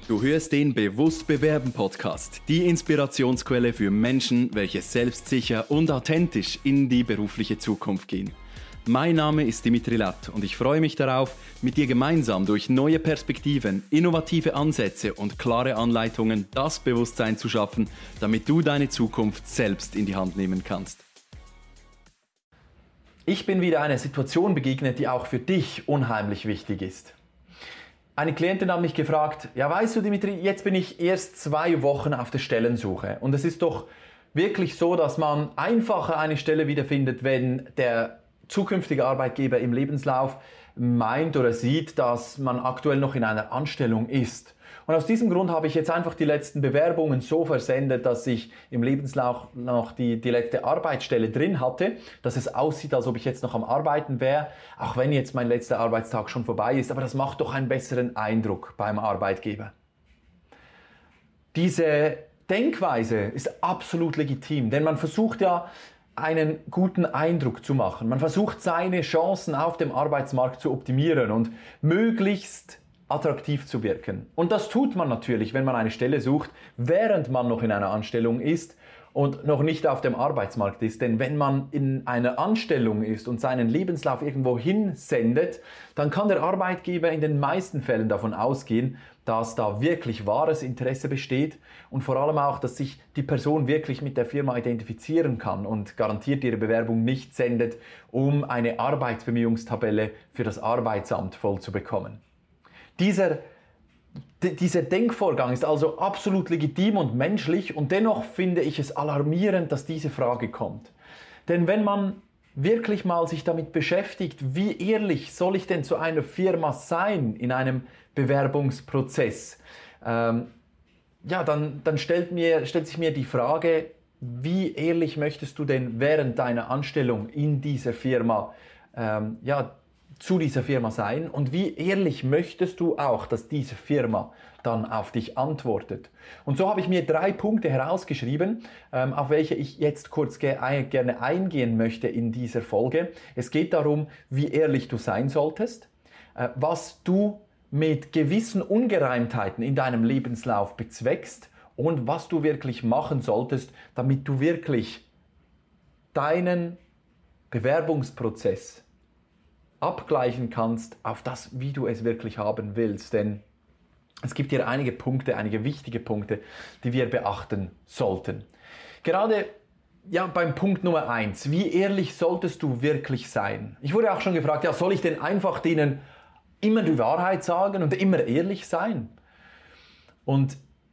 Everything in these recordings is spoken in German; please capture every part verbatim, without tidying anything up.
Du hörst den Bewusst bewerben Podcast, die Inspirationsquelle für Menschen, welche selbstsicher und authentisch in die berufliche Zukunft gehen. Mein Name ist Dimitri Latt und ich freue mich darauf, mit dir gemeinsam durch neue Perspektiven, innovative Ansätze und klare Anleitungen das Bewusstsein zu schaffen, damit du deine Zukunft selbst in die Hand nehmen kannst. Ich bin wieder einer Situation begegnet, die auch für dich unheimlich wichtig ist. Eine Klientin hat mich gefragt, ja weißt du Dimitri, jetzt bin ich erst zwei Wochen auf der Stellensuche und es ist doch wirklich so, dass man einfacher eine Stelle wiederfindet, wenn der zukünftige Arbeitgeber im Lebenslauf meint oder sieht, dass man aktuell noch in einer Anstellung ist. Und aus diesem Grund habe ich jetzt einfach die letzten Bewerbungen so versendet, dass ich im Lebenslauf noch die, die letzte Arbeitsstelle drin hatte, dass es aussieht, als ob ich jetzt noch am Arbeiten wäre, auch wenn jetzt mein letzter Arbeitstag schon vorbei ist. Aber das macht doch einen besseren Eindruck beim Arbeitgeber. Diese Denkweise ist absolut legitim, denn man versucht ja, einen guten Eindruck zu machen. Man versucht, seine Chancen auf dem Arbeitsmarkt zu optimieren und möglichst attraktiv zu wirken. Und das tut man natürlich, wenn man eine Stelle sucht, während man noch in einer Anstellung ist und noch nicht auf dem Arbeitsmarkt ist. Denn wenn man in einer Anstellung ist und seinen Lebenslauf irgendwo hinsendet, dann kann der Arbeitgeber in den meisten Fällen davon ausgehen, dass da wirklich wahres Interesse besteht und vor allem auch, dass sich die Person wirklich mit der Firma identifizieren kann und garantiert ihre Bewerbung nicht sendet, um eine Arbeitsbemühungstabelle für das Arbeitsamt voll zu bekommen. Dieser, d- dieser Denkvorgang ist also absolut legitim und menschlich und dennoch finde ich es alarmierend, dass diese Frage kommt. Denn wenn man wirklich mal sich damit beschäftigt, wie ehrlich soll ich denn zu einer Firma sein in einem Bewerbungsprozess, ähm, ja, dann, dann stellt, mir, stellt sich mir die Frage, wie ehrlich möchtest du denn während deiner Anstellung in dieser Firma ähm, ja, zu dieser Firma sein und wie ehrlich möchtest du auch, dass diese Firma dann auf dich antwortet. Und so habe ich mir drei Punkte herausgeschrieben, ähm, auf welche ich jetzt kurz ge- gerne eingehen möchte in dieser Folge. Es geht darum, wie ehrlich du sein solltest, äh, was du mit gewissen Ungereimtheiten in deinem Lebenslauf bezweckst und was du wirklich machen solltest, damit du wirklich deinen Bewerbungsprozess abgleichen kannst auf das, wie du es wirklich haben willst. Denn es gibt hier einige Punkte, einige wichtige Punkte, die wir beachten sollten. Gerade ja, beim Punkt Nummer eins, wie ehrlich solltest du wirklich sein? Ich wurde auch schon gefragt, ja, soll ich denn einfach denen immer die Wahrheit sagen und immer ehrlich sein? Und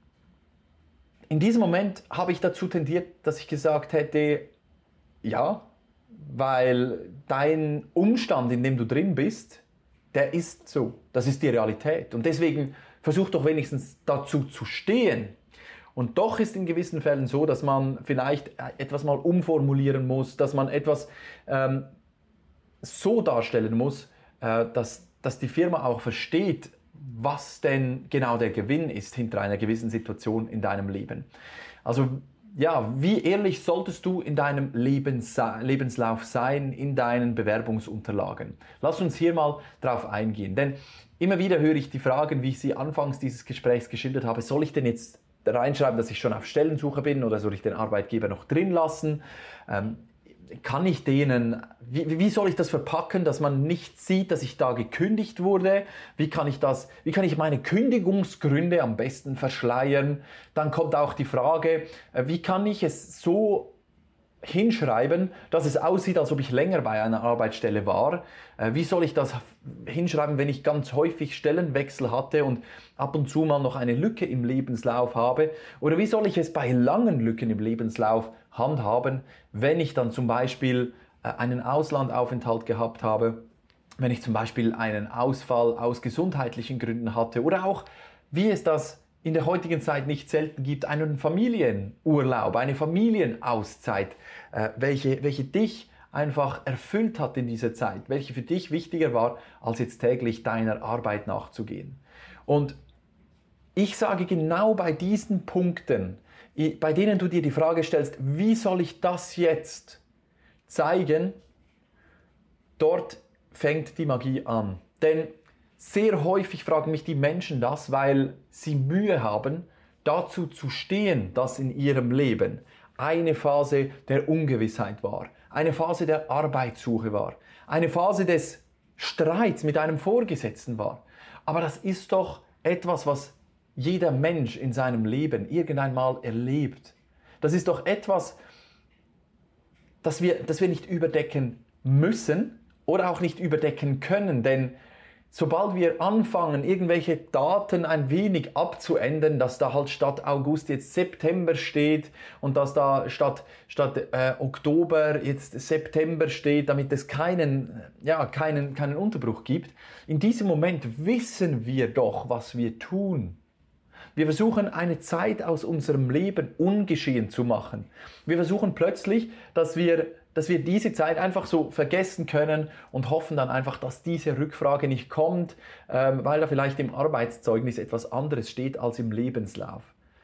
in diesem Moment habe ich dazu tendiert, dass ich gesagt hätte, ja, weil dein Umstand, in dem du drin bist, der ist so. Das ist die Realität. Und deswegen versuch doch wenigstens dazu zu stehen. Und doch ist in gewissen Fällen so, dass man vielleicht etwas mal umformulieren muss, dass man etwas ähm, so darstellen muss, äh, dass, dass die Firma auch versteht, was denn genau der Gewinn ist hinter einer gewissen Situation in deinem Leben. Also ja, wie ehrlich solltest du in deinem Lebens- Lebenslauf sein, in deinen Bewerbungsunterlagen? Lass uns hier mal drauf eingehen, denn immer wieder höre ich die Fragen, wie ich sie anfangs dieses Gesprächs geschildert habe, soll ich denn jetzt reinschreiben, dass ich schon auf Stellensuche bin oder soll ich den Arbeitgeber noch drin lassen? Ähm, kann ich denen, wie, wie soll ich das verpacken, dass man nicht sieht, dass ich da gekündigt wurde? Wie kann ich das, wie kann ich meine Kündigungsgründe am besten verschleiern? Dann kommt auch die Frage, wie kann ich es so hinschreiben, dass es aussieht, als ob ich länger bei einer Arbeitsstelle war. Wie soll ich das hinschreiben, wenn ich ganz häufig Stellenwechsel hatte und ab und zu mal noch eine Lücke im Lebenslauf habe? Oder wie soll ich es bei langen Lücken im Lebenslauf handhaben, wenn ich dann zum Beispiel einen Auslandaufenthalt gehabt habe, wenn ich zum Beispiel einen Ausfall aus gesundheitlichen Gründen hatte oder auch, wie es das in der heutigen Zeit nicht selten gibt, einen Familienurlaub, eine Familienauszeit, äh, welche, welche dich einfach erfüllt hat in dieser Zeit, welche für dich wichtiger war, als jetzt täglich deiner Arbeit nachzugehen. Und ich sage genau bei diesen Punkten, bei denen du dir die Frage stellst, wie soll ich das jetzt zeigen, dort fängt die Magie an. Denn sehr häufig fragen mich die Menschen das, weil sie Mühe haben, dazu zu stehen, dass in ihrem Leben eine Phase der Ungewissheit war, eine Phase der Arbeitssuche war, eine Phase des Streits mit einem Vorgesetzten war. Aber das ist doch etwas, was jeder Mensch in seinem Leben irgendeinmal erlebt. Das ist doch etwas, das wir, das wir nicht überdecken müssen oder auch nicht überdecken können, denn sobald wir anfangen, irgendwelche Daten ein wenig abzuändern, dass da halt statt August jetzt September steht und dass da statt, statt äh, Oktober jetzt September steht, damit es keinen, ja, keinen, keinen Unterbruch gibt, in diesem Moment wissen wir doch, was wir tun. Wir versuchen, eine Zeit aus unserem Leben ungeschehen zu machen. Wir versuchen plötzlich, dass wir, dass wir diese Zeit einfach so vergessen können und hoffen dann einfach, dass diese Rückfrage nicht kommt, ähm, weil da vielleicht im Arbeitszeugnis etwas anderes steht als im Lebenslauf.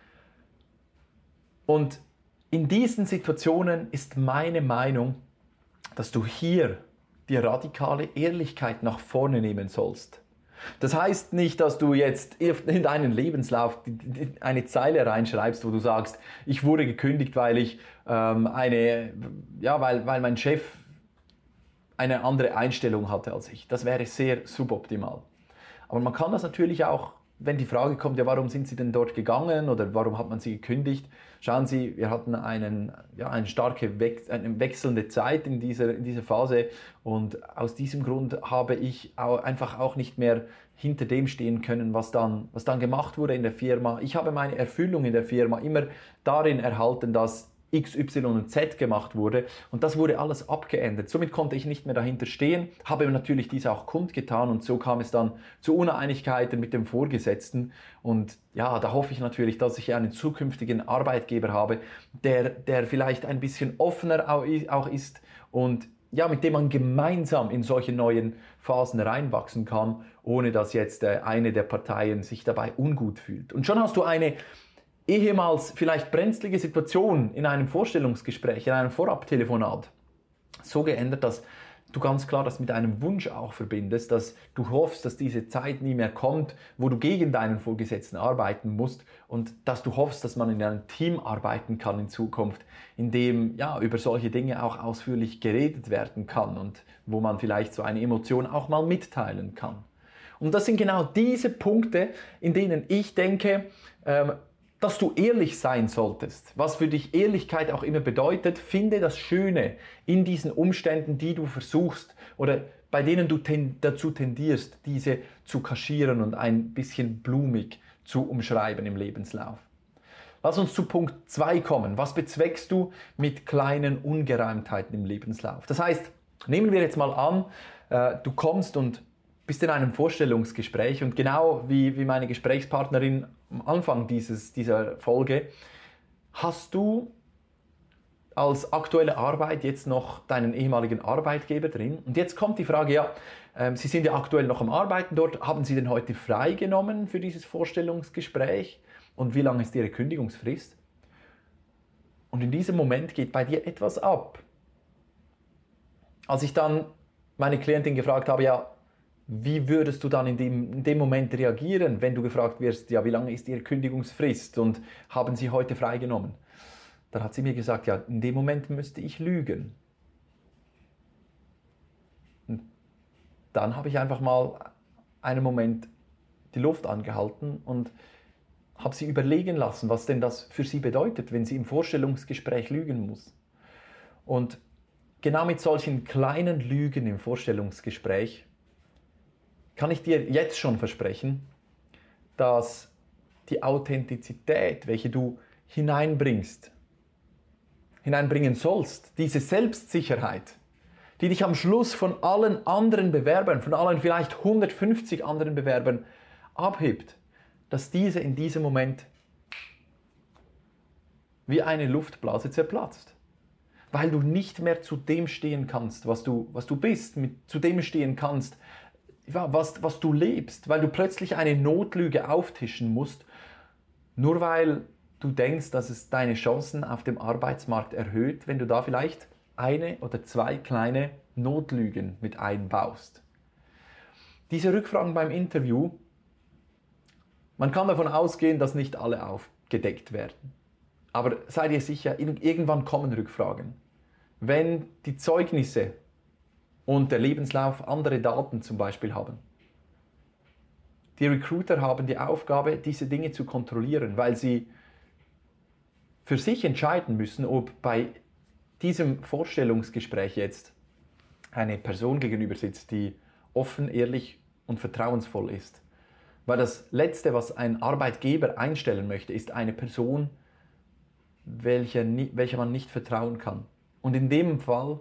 Und in diesen Situationen ist meine Meinung, dass du hier die radikale Ehrlichkeit nach vorne nehmen sollst. Das heißt nicht, dass du jetzt in deinen Lebenslauf eine Zeile reinschreibst, wo du sagst, ich wurde gekündigt, weil ich ähm, eine, ja, weil, weil mein Chef eine andere Einstellung hatte als ich. Das wäre sehr suboptimal. Aber man kann das natürlich auch, wenn die Frage kommt, ja, warum sind Sie denn dort gegangen oder warum hat man Sie gekündigt? Schauen Sie, wir hatten einen, ja, eine starke We- eine wechselnde Zeit in dieser, in dieser Phase und aus diesem Grund habe ich auch einfach auch nicht mehr hinter dem stehen können, was dann, was dann gemacht wurde in der Firma. Ich habe meine Erfüllung in der Firma immer darin erhalten, dass X, Y und Z gemacht wurde und das wurde alles abgeändert. Somit konnte ich nicht mehr dahinter stehen, habe natürlich dies auch kundgetan und so kam es dann zu Uneinigkeiten mit dem Vorgesetzten und ja, da hoffe ich natürlich, dass ich einen zukünftigen Arbeitgeber habe, der, der vielleicht ein bisschen offener auch ist und ja, mit dem man gemeinsam in solche neuen Phasen reinwachsen kann, ohne dass jetzt eine der Parteien sich dabei ungut fühlt. Und schon hast du eine ehemals vielleicht brenzlige Situation in einem Vorstellungsgespräch, in einem Vorabtelefonat so geändert, dass du ganz klar das mit einem Wunsch auch verbindest, dass du hoffst, dass diese Zeit nie mehr kommt, wo du gegen deinen Vorgesetzten arbeiten musst und dass du hoffst, dass man in einem Team arbeiten kann in Zukunft, in dem ja, über solche Dinge auch ausführlich geredet werden kann und wo man vielleicht so eine Emotion auch mal mitteilen kann. Und das sind genau diese Punkte, in denen ich denke, ähm, dass du ehrlich sein solltest. Was für dich Ehrlichkeit auch immer bedeutet, finde das Schöne in diesen Umständen, die du versuchst oder bei denen du ten, dazu tendierst, diese zu kaschieren und ein bisschen blumig zu umschreiben im Lebenslauf. Lass uns zu Punkt zwei kommen. Was bezweckst du mit kleinen Ungereimtheiten im Lebenslauf? Das heißt, nehmen wir jetzt mal an, äh, du kommst und bist in einem Vorstellungsgespräch und genau wie, wie meine Gesprächspartnerin am Anfang dieses, dieser Folge, hast du als aktuelle Arbeit jetzt noch deinen ehemaligen Arbeitgeber drin. Und jetzt kommt die Frage, ja, äh, Sie sind ja aktuell noch am Arbeiten dort, haben Sie denn heute freigenommen für dieses Vorstellungsgespräch? Und wie lange ist Ihre Kündigungsfrist? Und in diesem Moment geht bei dir etwas ab. Als ich dann meine Klientin gefragt habe, ja, wie würdest du dann in dem, in dem Moment reagieren, wenn du gefragt wirst, ja, wie lange ist Ihre Kündigungsfrist und haben Sie heute freigenommen? Dann hat sie mir gesagt, ja, in dem Moment müsste ich lügen. Und dann habe ich einfach mal einen Moment die Luft angehalten und habe sie überlegen lassen, was denn das für sie bedeutet, wenn sie im Vorstellungsgespräch lügen muss. Und genau mit solchen kleinen Lügen im Vorstellungsgespräch kann ich dir jetzt schon versprechen, dass die Authentizität, welche du hineinbringst, hineinbringen sollst, diese Selbstsicherheit, die dich am Schluss von allen anderen Bewerbern, von allen vielleicht hundertfünfzig anderen Bewerbern abhebt, dass diese in diesem Moment wie eine Luftblase zerplatzt. Weil du nicht mehr zu dem stehen kannst, was du, was du bist, mit, zu dem stehen kannst, was, was du lebst, weil du plötzlich eine Notlüge auftischen musst, nur weil du denkst, dass es deine Chancen auf dem Arbeitsmarkt erhöht, wenn du da vielleicht eine oder zwei kleine Notlügen mit einbaust. Diese Rückfragen beim Interview, man kann davon ausgehen, dass nicht alle aufgedeckt werden. Aber sei dir sicher, irgendwann kommen Rückfragen. Wenn die Zeugnisse und der Lebenslauf andere Daten zum Beispiel haben. Die Recruiter haben die Aufgabe, diese Dinge zu kontrollieren, weil sie für sich entscheiden müssen, ob bei diesem Vorstellungsgespräch jetzt eine Person gegenüber sitzt, die offen, ehrlich und vertrauensvoll ist. Weil das Letzte, was ein Arbeitgeber einstellen möchte, ist eine Person, welcher, welcher man nicht vertrauen kann. Und in dem Fall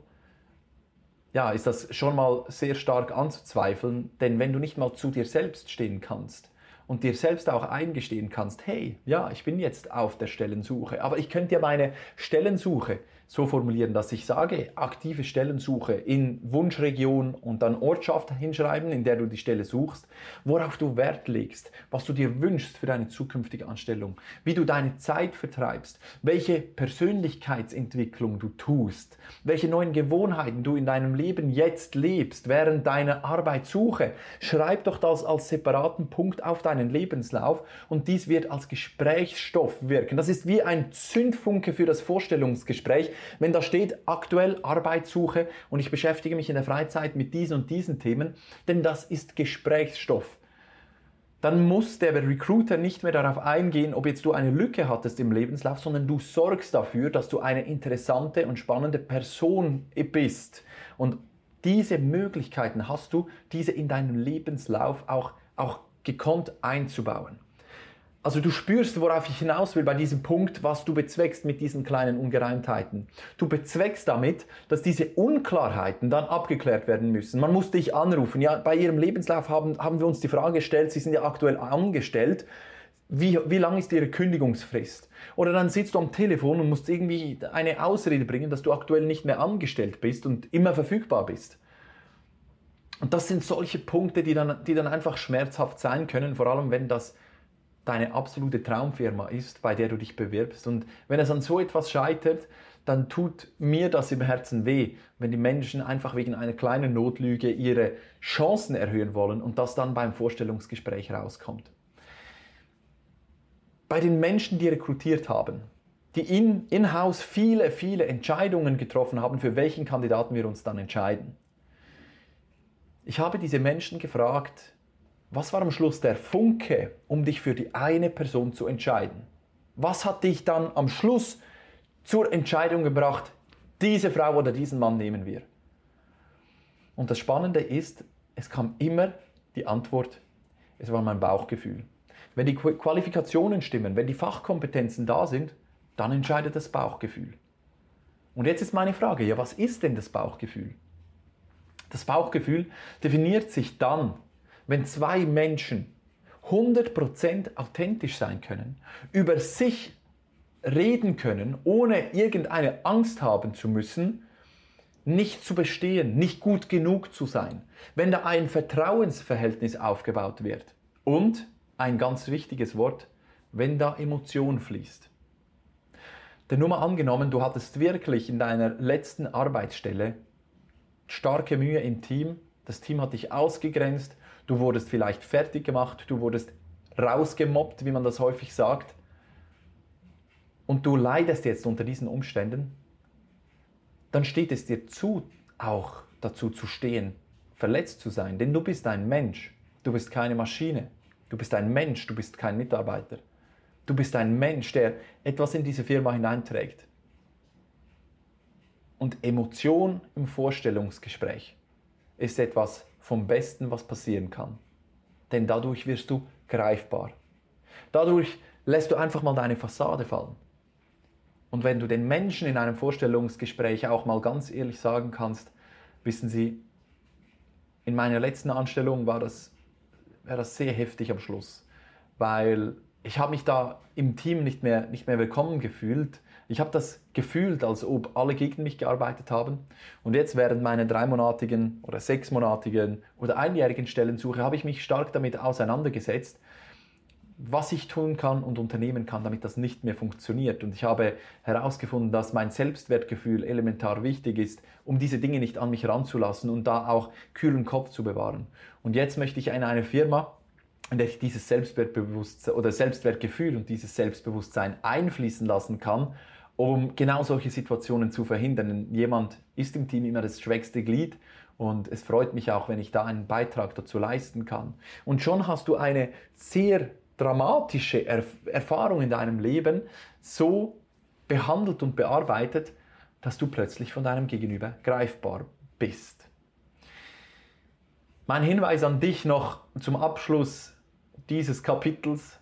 ja, ist das schon mal sehr stark anzuzweifeln, denn wenn du nicht mal zu dir selbst stehen kannst und dir selbst auch eingestehen kannst, hey, ja, ich bin jetzt auf der Stellensuche, aber ich könnte ja meine Stellensuche so formulieren, dass ich sage, aktive Stellensuche in Wunschregion und dann Ortschaft hinschreiben, in der du die Stelle suchst, worauf du Wert legst, was du dir wünschst für deine zukünftige Anstellung, wie du deine Zeit vertreibst, welche Persönlichkeitsentwicklung du tust, welche neuen Gewohnheiten du in deinem Leben jetzt lebst, während deiner Arbeitssuche. Schreib doch das als separaten Punkt auf deinen Lebenslauf und dies wird als Gesprächsstoff wirken. Das ist wie ein Zündfunke für das Vorstellungsgespräch, wenn da steht, aktuell Arbeitssuche und ich beschäftige mich in der Freizeit mit diesen und diesen Themen, denn das ist Gesprächsstoff. Dann muss der Recruiter nicht mehr darauf eingehen, ob jetzt du eine Lücke hattest im Lebenslauf, sondern du sorgst dafür, dass du eine interessante und spannende Person bist. Und diese Möglichkeiten hast du, diese in deinem Lebenslauf auch, auch gekonnt einzubauen. Also du spürst, worauf ich hinaus will bei diesem Punkt, was du bezweckst mit diesen kleinen Ungereimtheiten. Du bezweckst damit, dass diese Unklarheiten dann abgeklärt werden müssen. Man muss dich anrufen. Ja, bei Ihrem Lebenslauf haben, haben wir uns die Frage gestellt, Sie sind ja aktuell angestellt, wie, wie lang ist Ihre Kündigungsfrist? Oder dann sitzt du am Telefon und musst irgendwie eine Ausrede bringen, dass du aktuell nicht mehr angestellt bist und immer verfügbar bist. Und das sind solche Punkte, die dann, die dann einfach schmerzhaft sein können, vor allem wenn das deine absolute Traumfirma ist, bei der du dich bewirbst. Und wenn es an so etwas scheitert, dann tut mir das im Herzen weh, wenn die Menschen einfach wegen einer kleinen Notlüge ihre Chancen erhöhen wollen und das dann beim Vorstellungsgespräch rauskommt. Bei den Menschen, die rekrutiert haben, die in, in-house viele, viele Entscheidungen getroffen haben, für welchen Kandidaten wir uns dann entscheiden. Ich habe diese Menschen gefragt, was war am Schluss der Funke, um dich für die eine Person zu entscheiden? Was hat dich dann am Schluss zur Entscheidung gebracht, diese Frau oder diesen Mann nehmen wir? Und das Spannende ist, es kam immer die Antwort, es war mein Bauchgefühl. Wenn die Qualifikationen stimmen, wenn die Fachkompetenzen da sind, dann entscheidet das Bauchgefühl. Und jetzt ist meine Frage, ja, was ist denn das Bauchgefühl? Das Bauchgefühl definiert sich dann, wenn zwei Menschen hundert Prozent authentisch sein können, über sich reden können, ohne irgendeine Angst haben zu müssen, nicht zu bestehen, nicht gut genug zu sein, wenn da ein Vertrauensverhältnis aufgebaut wird und, ein ganz wichtiges Wort, wenn da Emotion fließt. Denn nur mal angenommen, du hattest wirklich in deiner letzten Arbeitsstelle starke Mühe im Team, das Team hat dich ausgegrenzt, du wurdest vielleicht fertig gemacht, du wurdest rausgemobbt, wie man das häufig sagt. Und du leidest jetzt unter diesen Umständen. Dann steht es dir zu, auch dazu zu stehen, verletzt zu sein. Denn du bist ein Mensch, du bist keine Maschine. Du bist ein Mensch, du bist kein Mitarbeiter. Du bist ein Mensch, der etwas in diese Firma hineinträgt. Und Emotion im Vorstellungsgespräch ist etwas vom Besten, was passieren kann. Denn dadurch wirst du greifbar. Dadurch lässt du einfach mal deine Fassade fallen. Und wenn du den Menschen in einem Vorstellungsgespräch auch mal ganz ehrlich sagen kannst, wissen Sie, in meiner letzten Anstellung war das, war das sehr heftig am Schluss, weil ich habe mich da im Team nicht mehr, nicht mehr willkommen gefühlt. Ich habe das gefühlt, als ob alle gegen mich gearbeitet haben. Und jetzt während meiner dreimonatigen oder sechsmonatigen oder einjährigen Stellensuche habe ich mich stark damit auseinandergesetzt, was ich tun kann und unternehmen kann, damit das nicht mehr funktioniert. Und ich habe herausgefunden, dass mein Selbstwertgefühl elementar wichtig ist, um diese Dinge nicht an mich ranzulassen und da auch kühlen Kopf zu bewahren. Und jetzt möchte ich in eine Firma, in der ich dieses Selbstwertbewusstsein oder Selbstwertgefühl und dieses Selbstbewusstsein einfließen lassen kann, um genau solche Situationen zu verhindern. Denn jemand ist im Team immer das schwächste Glied und es freut mich auch, wenn ich da einen Beitrag dazu leisten kann. Und schon hast du eine sehr dramatische Erf- Erfahrung in deinem Leben so behandelt und bearbeitet, dass du plötzlich von deinem Gegenüber greifbar bist. Mein Hinweis an dich noch zum Abschluss dieses Kapitels: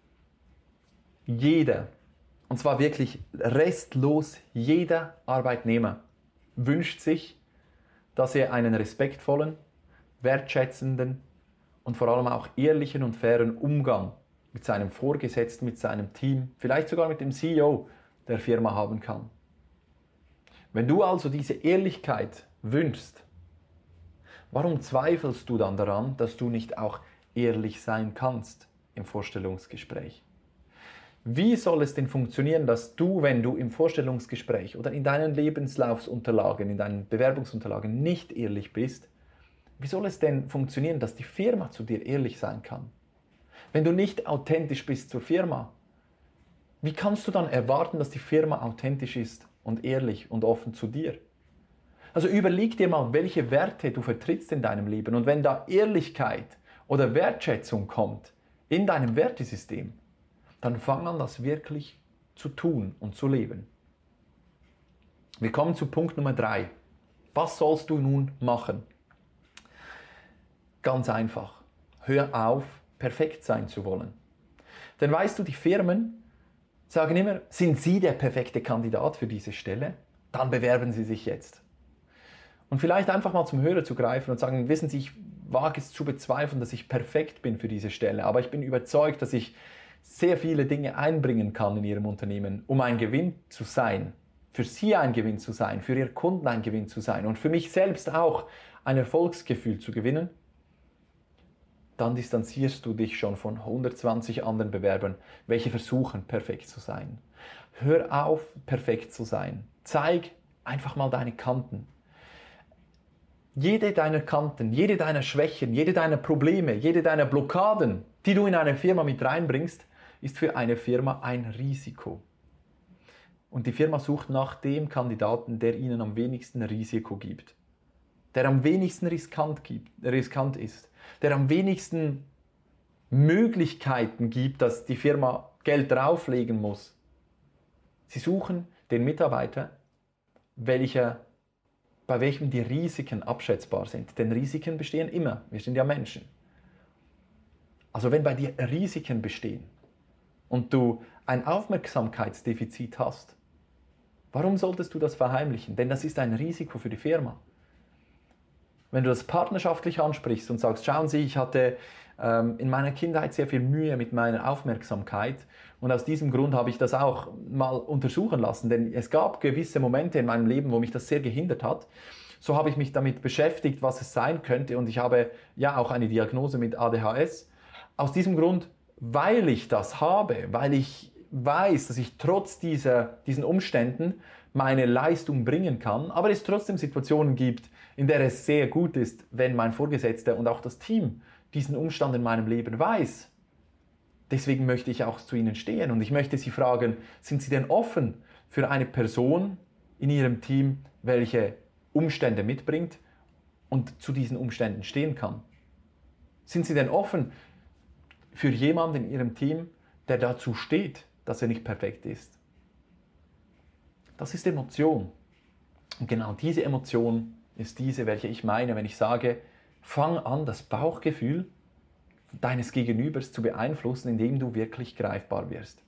Jeder, und zwar wirklich restlos jeder Arbeitnehmer wünscht sich, dass er einen respektvollen, wertschätzenden und vor allem auch ehrlichen und fairen Umgang mit seinem Vorgesetzten, mit seinem Team, vielleicht sogar mit dem C E O der Firma haben kann. Wenn du also diese Ehrlichkeit wünschst, warum zweifelst du dann daran, dass du nicht auch ehrlich sein kannst im Vorstellungsgespräch? Wie soll es denn funktionieren, dass du, wenn du im Vorstellungsgespräch oder in deinen Lebenslaufsunterlagen, in deinen Bewerbungsunterlagen nicht ehrlich bist, wie soll es denn funktionieren, dass die Firma zu dir ehrlich sein kann? Wenn du nicht authentisch bist zur Firma, wie kannst du dann erwarten, dass die Firma authentisch ist und ehrlich und offen zu dir? Also überleg dir mal, welche Werte du vertrittst in deinem Leben. Und wenn da Ehrlichkeit oder Wertschätzung kommt in deinem Wertesystem, dann fang an, das wirklich zu tun und zu leben. Wir kommen zu Punkt Nummer drei. Was sollst du nun machen? Ganz einfach. Hör auf, perfekt sein zu wollen. Denn weißt du, die Firmen sagen immer, sind Sie der perfekte Kandidat für diese Stelle? Dann bewerben Sie sich jetzt. Und vielleicht einfach mal zum Hörer zu greifen und sagen, wissen Sie, ich wage es zu bezweifeln, dass ich perfekt bin für diese Stelle, aber ich bin überzeugt, dass ich sehr viele Dinge einbringen kann in Ihrem Unternehmen, um ein Gewinn zu sein, für Sie ein Gewinn zu sein, für Ihre Kunden ein Gewinn zu sein und für mich selbst auch ein Erfolgsgefühl zu gewinnen. Dann distanzierst du dich schon von hundertzwanzig anderen Bewerbern, welche versuchen, perfekt zu sein. Hör auf, perfekt zu sein. Zeig einfach mal deine Kanten. Jede deiner Kanten, jede deiner Schwächen, jede deiner Probleme, jede deiner Blockaden, die du in eine Firma mit reinbringst, ist für eine Firma ein Risiko. Und die Firma sucht nach dem Kandidaten, der ihnen am wenigsten Risiko gibt, der am wenigsten riskant, gibt, riskant ist, der am wenigsten Möglichkeiten gibt, dass die Firma Geld drauflegen muss. Sie suchen den Mitarbeiter, welcher, bei welchem die Risiken abschätzbar sind. Denn Risiken bestehen immer. Wir sind ja Menschen. Also wenn bei dir Risiken bestehen und du ein Aufmerksamkeitsdefizit hast, warum solltest du das verheimlichen? Denn das ist ein Risiko für die Firma. Wenn du das partnerschaftlich ansprichst und sagst, schauen Sie, ich hatte ähm, in meiner Kindheit sehr viel Mühe mit meiner Aufmerksamkeit und aus diesem Grund habe ich das auch mal untersuchen lassen, denn es gab gewisse Momente in meinem Leben, wo mich das sehr gehindert hat. So habe ich mich damit beschäftigt, was es sein könnte und ich habe ja auch eine Diagnose mit A D H S. Aus diesem Grund, weil ich das habe, weil ich weiß, dass ich trotz dieser, diesen Umständen meine Leistung bringen kann, aber es trotzdem Situationen gibt, in der es sehr gut ist, wenn mein Vorgesetzter und auch das Team diesen Umstand in meinem Leben weiß. Deswegen möchte ich auch zu Ihnen stehen und ich möchte Sie fragen, sind Sie denn offen für eine Person in Ihrem Team, welche Umstände mitbringt und zu diesen Umständen stehen kann? Sind Sie denn offen für jemanden in Ihrem Team, der dazu steht, dass er nicht perfekt ist? Das ist Emotion. Und genau diese Emotion ist diese, welche ich meine, wenn ich sage, fang an, das Bauchgefühl deines Gegenübers zu beeinflussen, indem du wirklich greifbar wirst.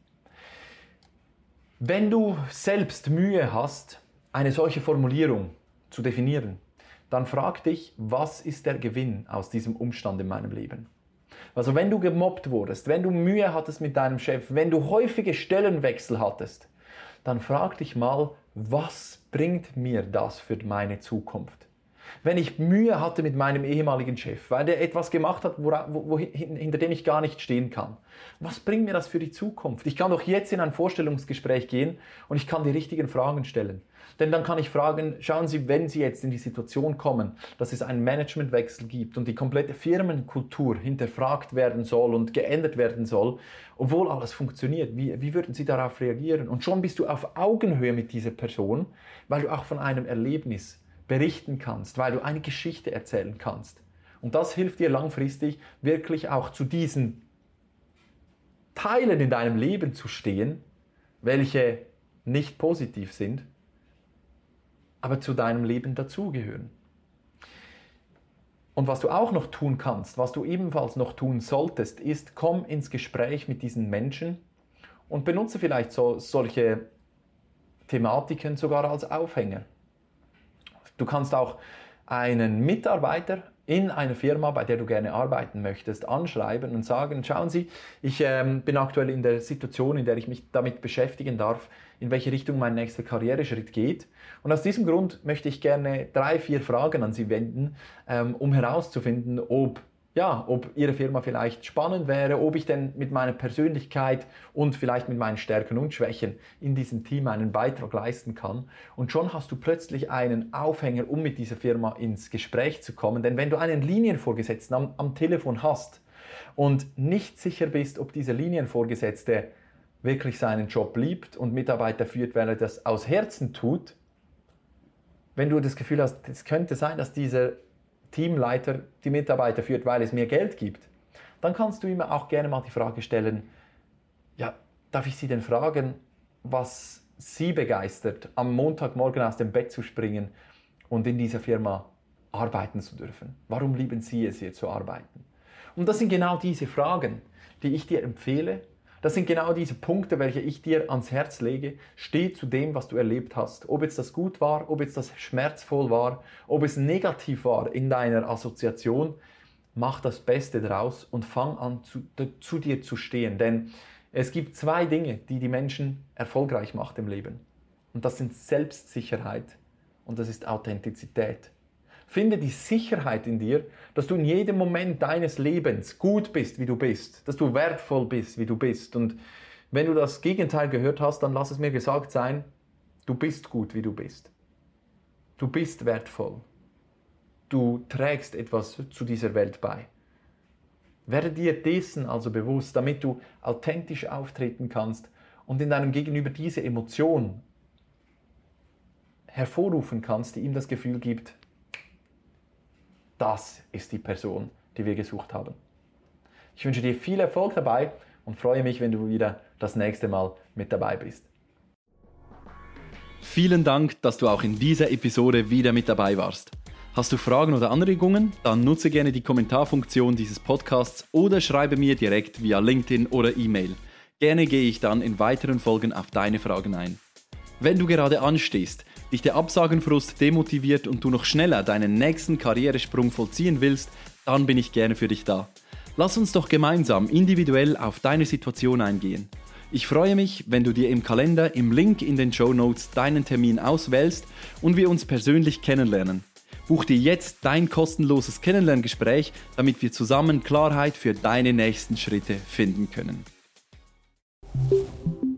Wenn du selbst Mühe hast, eine solche Formulierung zu definieren, dann frag dich, was ist der Gewinn aus diesem Umstand in meinem Leben? Also wenn du gemobbt wurdest, wenn du Mühe hattest mit deinem Chef, wenn du häufige Stellenwechsel hattest, dann frag dich mal, was bringt mir das für meine Zukunft? Wenn ich Mühe hatte mit meinem ehemaligen Chef, weil der etwas gemacht hat, wo, wo, hinter dem ich gar nicht stehen kann. Was bringt mir das für die Zukunft? Ich kann doch jetzt in ein Vorstellungsgespräch gehen und ich kann die richtigen Fragen stellen. Denn dann kann ich fragen, schauen Sie, wenn Sie jetzt in die Situation kommen, dass es einen Managementwechsel gibt und die komplette Firmenkultur hinterfragt werden soll und geändert werden soll, obwohl alles funktioniert, wie, wie würden Sie darauf reagieren? Und schon bist du auf Augenhöhe mit dieser Person, weil du auch von einem Erlebnis berichten kannst, weil du eine Geschichte erzählen kannst. Und das hilft dir langfristig, wirklich auch zu diesen Teilen in deinem Leben zu stehen, welche nicht positiv sind, aber zu deinem Leben dazugehören. Und was du auch noch tun kannst, was du ebenfalls noch tun solltest, ist, komm ins Gespräch mit diesen Menschen und benutze vielleicht so, solche Thematiken sogar als Aufhänger. Du kannst auch einen Mitarbeiter in einer Firma, bei der du gerne arbeiten möchtest, anschreiben und sagen, schauen Sie, ich ähm, bin aktuell in der Situation, in der ich mich damit beschäftigen darf, in welche Richtung mein nächster Karriereschritt geht. Und aus diesem Grund möchte ich gerne drei, vier Fragen an Sie wenden, ähm, um herauszufinden, ob Ja, ob Ihre Firma vielleicht spannend wäre, ob ich denn mit meiner Persönlichkeit und vielleicht mit meinen Stärken und Schwächen in diesem Team einen Beitrag leisten kann. Und schon hast du plötzlich einen Aufhänger, um mit dieser Firma ins Gespräch zu kommen. Denn wenn du einen Linienvorgesetzten am, am Telefon hast und nicht sicher bist, ob dieser Linienvorgesetzte wirklich seinen Job liebt und Mitarbeiter führt, weil er das aus Herzen tut, wenn du das Gefühl hast, es könnte sein, dass dieser Teamleiter die Mitarbeiter führt, weil es mehr Geld gibt, dann kannst du ihm auch gerne mal die Frage stellen, ja, darf ich Sie denn fragen, was Sie begeistert, am Montagmorgen aus dem Bett zu springen und in dieser Firma arbeiten zu dürfen? Warum lieben Sie es, hier zu arbeiten? Und das sind genau diese Fragen, die ich dir empfehle. Das sind genau diese Punkte, welche ich dir ans Herz lege. Steh zu dem, was du erlebt hast. Ob jetzt das gut war, ob jetzt das schmerzvoll war, ob es negativ war in deiner Assoziation, mach das Beste daraus und fang an, zu, zu dir zu stehen. Denn es gibt zwei Dinge, die die Menschen erfolgreich macht im Leben. Und das sind Selbstsicherheit und das ist Authentizität. Finde die Sicherheit in dir, dass du in jedem Moment deines Lebens gut bist, wie du bist, dass du wertvoll bist, wie du bist. Und wenn du das Gegenteil gehört hast, dann lass es mir gesagt sein, du bist gut, wie du bist. Du bist wertvoll. Du trägst etwas zu dieser Welt bei. Werde dir dessen also bewusst, damit du authentisch auftreten kannst und in deinem Gegenüber diese Emotion hervorrufen kannst, die ihm das Gefühl gibt, das ist die Person, die wir gesucht haben. Ich wünsche dir viel Erfolg dabei und freue mich, wenn du wieder das nächste Mal mit dabei bist. Vielen Dank, dass du auch in dieser Episode wieder mit dabei warst. Hast du Fragen oder Anregungen? Dann nutze gerne die Kommentarfunktion dieses Podcasts oder schreibe mir direkt via LinkedIn oder E-Mail. Gerne gehe ich dann in weiteren Folgen auf deine Fragen ein. Wenn du gerade anstehst, dich der Absagenfrust demotiviert und du noch schneller deinen nächsten Karrieresprung vollziehen willst, dann bin ich gerne für dich da. Lass uns doch gemeinsam individuell auf deine Situation eingehen. Ich freue mich, wenn du dir im Kalender im Link in den Shownotes deinen Termin auswählst und wir uns persönlich kennenlernen. Buch dir jetzt dein kostenloses Kennenlerngespräch, damit wir zusammen Klarheit für deine nächsten Schritte finden können.